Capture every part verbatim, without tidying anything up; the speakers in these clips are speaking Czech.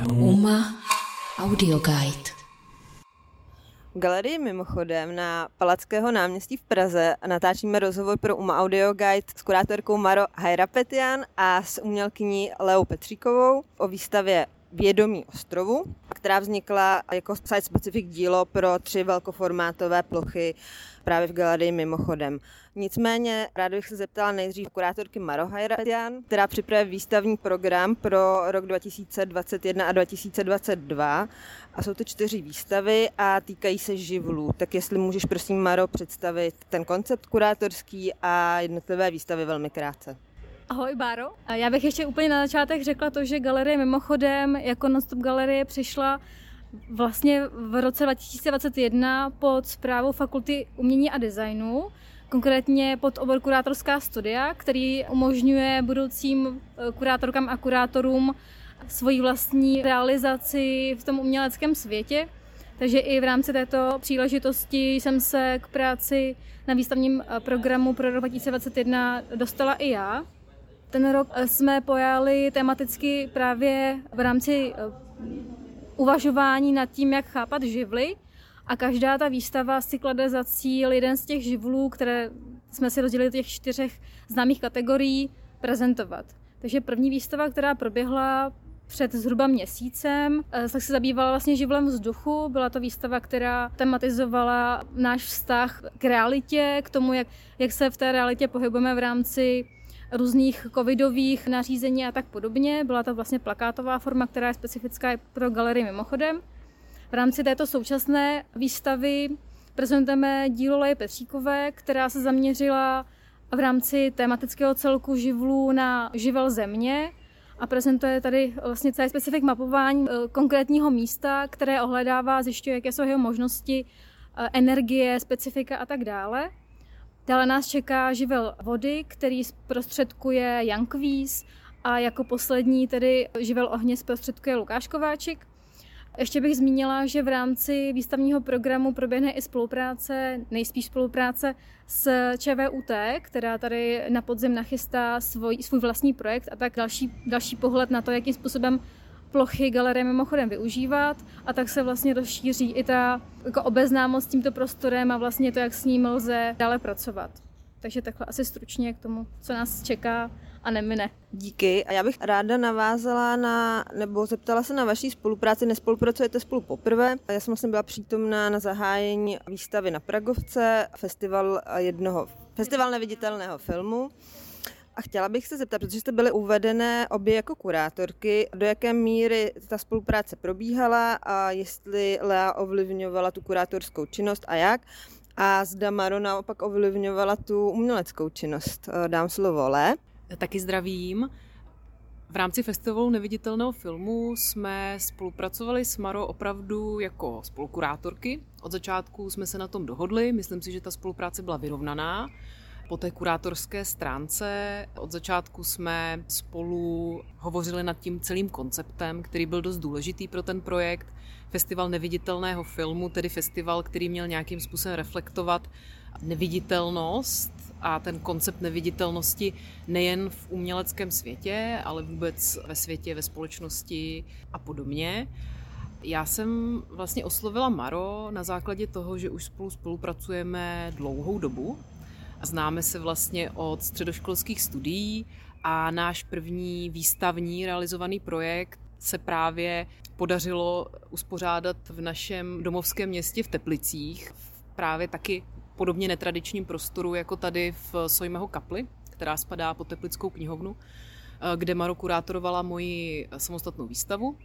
Uma Audio Guide. V galerii mimochodem na Palackého náměstí v Praze natáčíme rozhovor pro Uma Audio Guide s kurátorkou Maro Hajrapetyan a s umělkyní Leou Petříkovou o výstavě Vědomí ostrovu, která vznikla jako site-specific dílo pro tři velkoformátové plochy právě v galerii mimochodem. Nicméně ráda bych se zeptala nejdřív kurátorky Maro Hajrapetyan, která připravuje výstavní program pro rok dva tisíce dvacet jedna a dva tisíce dvacet dva a jsou to čtyři výstavy a týkají se živlů. Tak jestli můžeš prosím Maro představit ten koncept kurátorský a jednotlivé výstavy velmi krátce. Ahoj Báro. Já bych ještě úplně na začátek řekla to, že galerie mimochodem jako non-stop galerie přišla vlastně v roce dva tisíce dvacet jedna pod správou Fakulty umění a designu, konkrétně pod obor kurátorská studia, který umožňuje budoucím kurátorkám a kurátorům svoji vlastní realizaci v tom uměleckém světě. Takže i v rámci této příležitosti jsem se k práci na výstavním programu pro rok dva tisíce dvacet jedna dostala i já. Ten rok jsme pojali tematicky právě v rámci uvažování nad tím, jak chápat živly, a každá ta výstava si klade za cíl jeden z těch živlů, které jsme si rozdělili do těch čtyřech známých kategorií, prezentovat. Takže první výstava, která proběhla před zhruba měsícem, tak se zabývala vlastně živlem vzduchu. Byla to výstava, která tematizovala náš vztah k realitě, k tomu, jak, jak se v té realitě pohybujeme v rámci různých covidových nařízení a tak podobně. Byla to vlastně plakátová forma, která je specifická pro galerii mimochodem. V rámci této současné výstavy prezentujeme dílo Leje Petříkové, která se zaměřila v rámci tematického celku živlů na živel země a prezentuje tady vlastně celý specifik mapování konkrétního místa, které ohledává, zjišťuje, jaké jsou jeho možnosti, energie, specifika a tak dále. Dále nás čeká živel vody, který zprostředkuje Jan Kvíz a jako poslední tedy živel ohně zprostředkuje Lukáš Kováčik. Ještě bych zmínila, že v rámci výstavního programu proběhne i spolupráce, nejspíš spolupráce s ČVUT, která tady na podzim nachystá svůj, svůj vlastní projekt a tak další, další pohled na to, jakým způsobem plochy galerie mimochodem využívat, a tak se vlastně rozšíří i ta jako obeznámost s tímto prostorem a vlastně to, jak s ním lze dále pracovat. Takže takhle asi stručně k tomu, co nás čeká a nemine. Díky. A já bych ráda navázala na, nebo zeptala se na vaší spolupráci. Nespolupracujete spolu poprvé. Já jsem vlastně byla přítomná na zahájení výstavy na Pragovce, festival jednoho, festival neviditelného filmu. A chtěla bych se zeptat, protože jste byly uvedené obě jako kurátorky, do jaké míry ta spolupráce probíhala a jestli Lea ovlivňovala tu kurátorskou činnost a jak. A zda Maro naopak ovlivňovala tu uměleckou činnost. Dám slovo Lé. Taky zdravím. V rámci festivalu neviditelného filmu jsme spolupracovali s Maro opravdu jako spolukurátorky. Od začátku jsme se na tom dohodli, myslím si, že ta spolupráce byla vyrovnaná. Po té kurátorské stránce od začátku jsme spolu hovořili nad tím celým konceptem, který byl dost důležitý pro ten projekt. Festival neviditelného filmu, tedy festival, který měl nějakým způsobem reflektovat neviditelnost a ten koncept neviditelnosti nejen v uměleckém světě, ale vůbec ve světě, ve společnosti a podobně. Já jsem vlastně oslovila Maro na základě toho, že už spolu spolupracujeme dlouhou dobu. Známe se vlastně od středoškolských studií a náš první výstavní realizovaný projekt se právě podařilo uspořádat v našem domovském městě v Teplicích, právě taky podobně netradičním prostoru jako tady v Sojmeho kapli, která spadá pod Teplickou knihovnu, kde Maro kurátorovala moji samostatnou výstavu.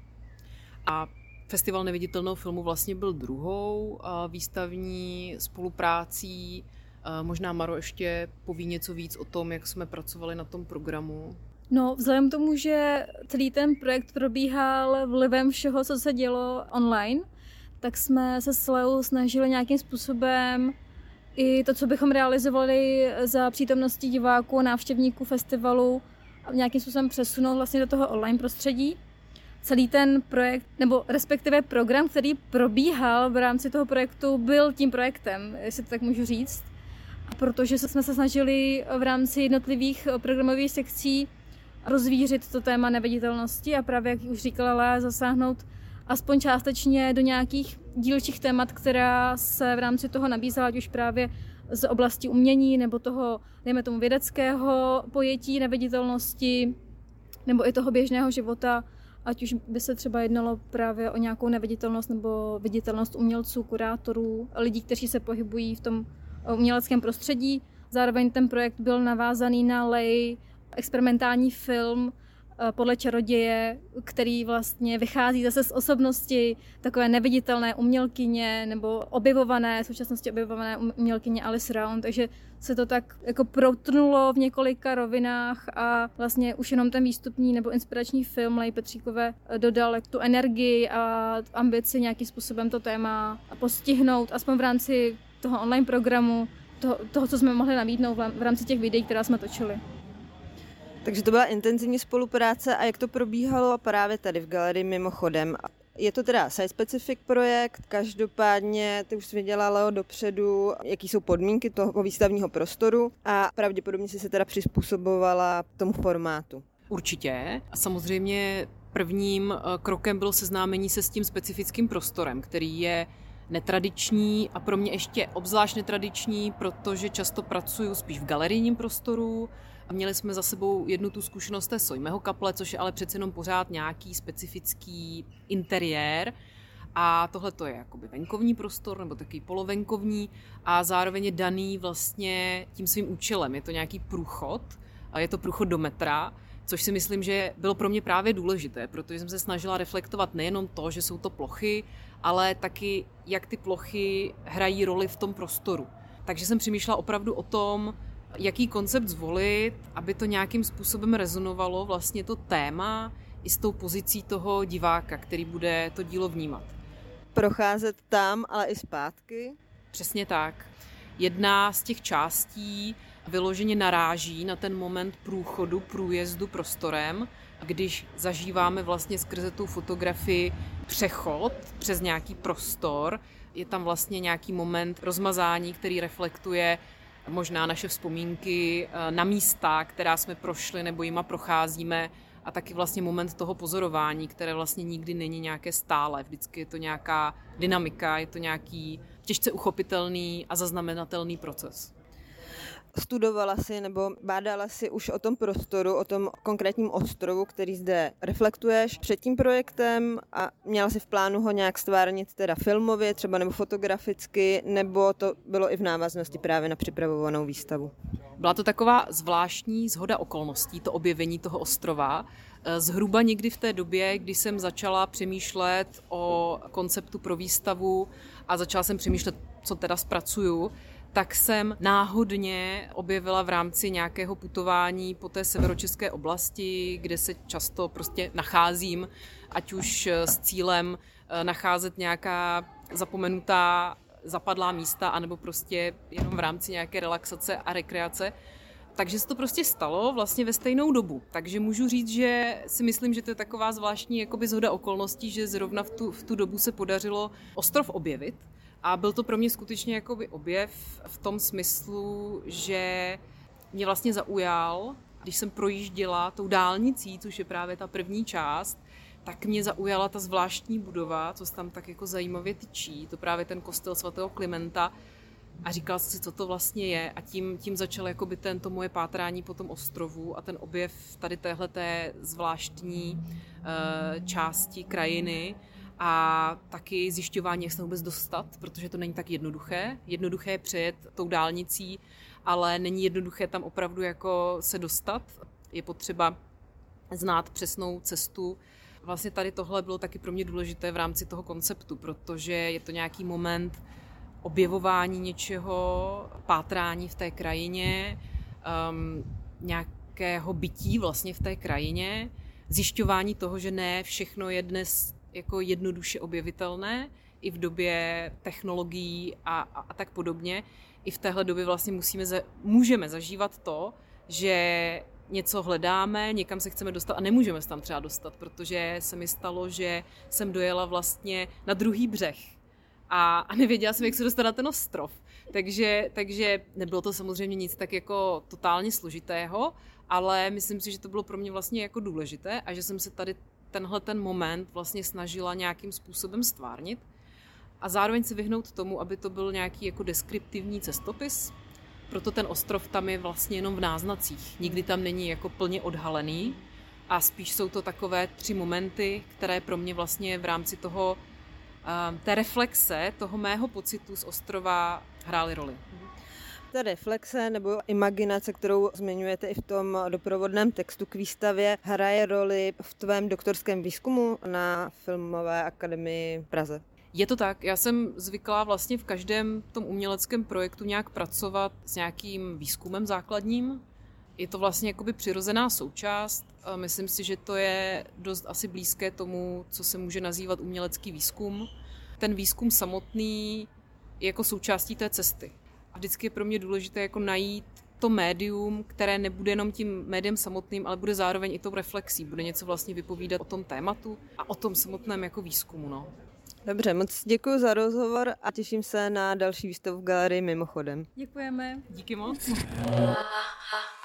A Festival neviditelného filmu vlastně byl druhou výstavní spoluprácí. Možná Maro ještě poví něco víc o tom, jak jsme pracovali na tom programu. No, vzhledem k tomu, že celý ten projekt probíhal vlivem všeho, co se dělo online, tak jsme se s Leou snažili nějakým způsobem i to, co bychom realizovali za přítomnosti diváků, návštěvníků festivalu, nějakým způsobem přesunout vlastně do toho online prostředí. Celý ten projekt, nebo respektive program, který probíhal v rámci toho projektu, byl tím projektem, jestli to tak můžu říct. Protože jsme se snažili v rámci jednotlivých programových sekcí rozvířit to téma neviditelnosti a právě, jak už říkala Lea, zasáhnout aspoň částečně do nějakých dílčích témat, která se v rámci toho nabízela, ať už právě z oblasti umění nebo toho, dejme tomu, vědeckého pojetí neviditelnosti nebo i toho běžného života, ať už by se třeba jednalo právě o nějakou neviditelnost nebo viditelnost umělců, kurátorů, lidí, kteří se pohybují v tom uměleckém prostředí. Zároveň ten projekt byl navázaný na Lei experimentální film podle čaroděje, který vlastně vychází zase z osobnosti takové neviditelné umělkyně nebo objevované, v současnosti objevované umělkyně Alice Round, takže se to tak jako protnulo v několika rovinách a vlastně už jenom ten výstupní nebo inspirační film Lei Petříkové dodal tu energii a ambici nějakým způsobem to téma postihnout, aspoň v rámci toho online programu, toho, toho co jsme mohli nabídnout v rámci těch videí, která jsme točili. Takže to byla intenzivní spolupráce a jak to probíhalo právě tady v galerii mimochodem. Je to teda site-specific projekt, každopádně ty už jsi věděla, Leo, dopředu, jaký jsou podmínky toho výstavního prostoru a pravděpodobně jsi se teda přizpůsobovala tomu formátu. Určitě. A samozřejmě prvním krokem bylo seznámení se s tím specifickým prostorem, který je netradiční a pro mě ještě obzvlášť netradiční, protože často pracuju spíš v galerijním prostoru. Měli jsme za sebou jednu tu zkušenost té Sojmeho kaple, což je ale přece jenom pořád nějaký specifický interiér. A tohle to je jakoby venkovní prostor, nebo takový polovenkovní a zároveň je daný vlastně tím svým účelem. Je to nějaký průchod, a je to průchod do metra, což si myslím, že bylo pro mě právě důležité, protože jsem se snažila reflektovat nejenom to, že jsou to plochy, ale taky, jak ty plochy hrají roli v tom prostoru. Takže jsem přemýšlela opravdu o tom, jaký koncept zvolit, aby to nějakým způsobem rezonovalo vlastně to téma i s tou pozicí toho diváka, který bude to dílo vnímat. Procházet tam, ale i zpátky? Přesně tak. Jedna z těch částí vyloženě naráží na ten moment průchodu, průjezdu prostorem, když zažíváme vlastně skrze tu fotografii přechod přes nějaký prostor. Je tam vlastně nějaký moment rozmazání, který reflektuje možná naše vzpomínky na místa, která jsme prošli nebo jima procházíme a taky vlastně moment toho pozorování, které vlastně nikdy není nějaké stále. Vždycky je to nějaká dynamika, je to nějaký těžce uchopitelný a zaznamenatelný proces. Studovala si nebo bádala si už o tom prostoru, o tom konkrétním ostrovu, který zde reflektuješ před tím projektem a měla si v plánu ho nějak stvárnit teda filmově, třeba nebo fotograficky, nebo to bylo i v návaznosti právě na připravovanou výstavu? Byla to taková zvláštní shoda okolností, to objevení toho ostrova. Zhruba někdy v té době, kdy jsem začala přemýšlet o konceptu pro výstavu a začala jsem přemýšlet, co teda zpracuju, tak jsem náhodně objevila v rámci nějakého putování po té severočeské oblasti, kde se často prostě nacházím, ať už s cílem nacházet nějaká zapomenutá, zapadlá místa, anebo prostě jenom v rámci nějaké relaxace a rekreace. Takže se to prostě stalo vlastně ve stejnou dobu. Takže můžu říct, že si myslím, že to je taková zvláštní jakoby shoda okolností, že zrovna v tu, v tu dobu se podařilo ostrov objevit. A byl to pro mě skutečně jakoby objev v tom smyslu, že mě vlastně zaujal, když jsem projížděla tou dálnicí, což je právě ta první část, tak mě zaujala ta zvláštní budova, co se tam tak jako zajímavě tyčí, to právě ten kostel svatého Klimenta. A říkala jsem si, co to vlastně je a tím, tím začalo jakoby tento moje pátrání po tom ostrovu a ten objev tady téhleté zvláštní uh, části krajiny a taky zjišťování, jak se vůbec dostat, protože to není tak jednoduché. Jednoduché je přejet tou dálnicí, ale není jednoduché tam opravdu jako se dostat. Je potřeba znát přesnou cestu. Vlastně tady tohle bylo taky pro mě důležité v rámci toho konceptu, protože je to nějaký moment objevování něčeho, pátrání v té krajině, um, nějakého bytí vlastně v té krajině, zjišťování toho, že ne všechno je dnes jako jednoduše objevitelné, i v době technologií a, a, a tak podobně. I v téhle době vlastně musíme za, můžeme zažívat to, že něco hledáme, někam se chceme dostat a nemůžeme se tam třeba dostat, protože se mi stalo, že jsem dojela vlastně na druhý břeh a, a nevěděla jsem, jak se dostat na ten ostrov. Takže, takže nebylo to samozřejmě nic tak jako totálně složitého, ale myslím si, že to bylo pro mě vlastně jako důležité a že jsem se tady tenhle ten moment vlastně snažila nějakým způsobem stvárnit a zároveň se vyhnout tomu, aby to byl nějaký jako deskriptivní cestopis. Proto ten ostrov tam je vlastně jenom v náznacích. Nikdy tam není jako plně odhalený a spíš jsou to takové tři momenty, které pro mě vlastně v rámci toho, té reflexe, toho mého pocitu z ostrova hrály roli. Ta reflexe nebo imaginace, kterou zmiňujete i v tom doprovodném textu k výstavě, hraje roli v tvém doktorském výzkumu na Filmové akademii v Praze. Je to tak. Já jsem zvyklá vlastně v každém tom uměleckém projektu nějak pracovat s nějakým výzkumem základním. Je to vlastně jakoby přirozená součást. Myslím si, že to je dost asi blízké tomu, co se může nazývat umělecký výzkum. Ten výzkum samotný je jako součástí té cesty. A vždycky je pro mě důležité jako najít to médium, které nebude jenom tím médiem samotným, ale bude zároveň i tou reflexí. Bude něco vlastně vypovídat o tom tématu a o tom samotném jako výzkumu. No. Dobře, moc děkuji za rozhovor a těším se na další výstavu v galerii Mimochodem. Děkujeme. Díky moc.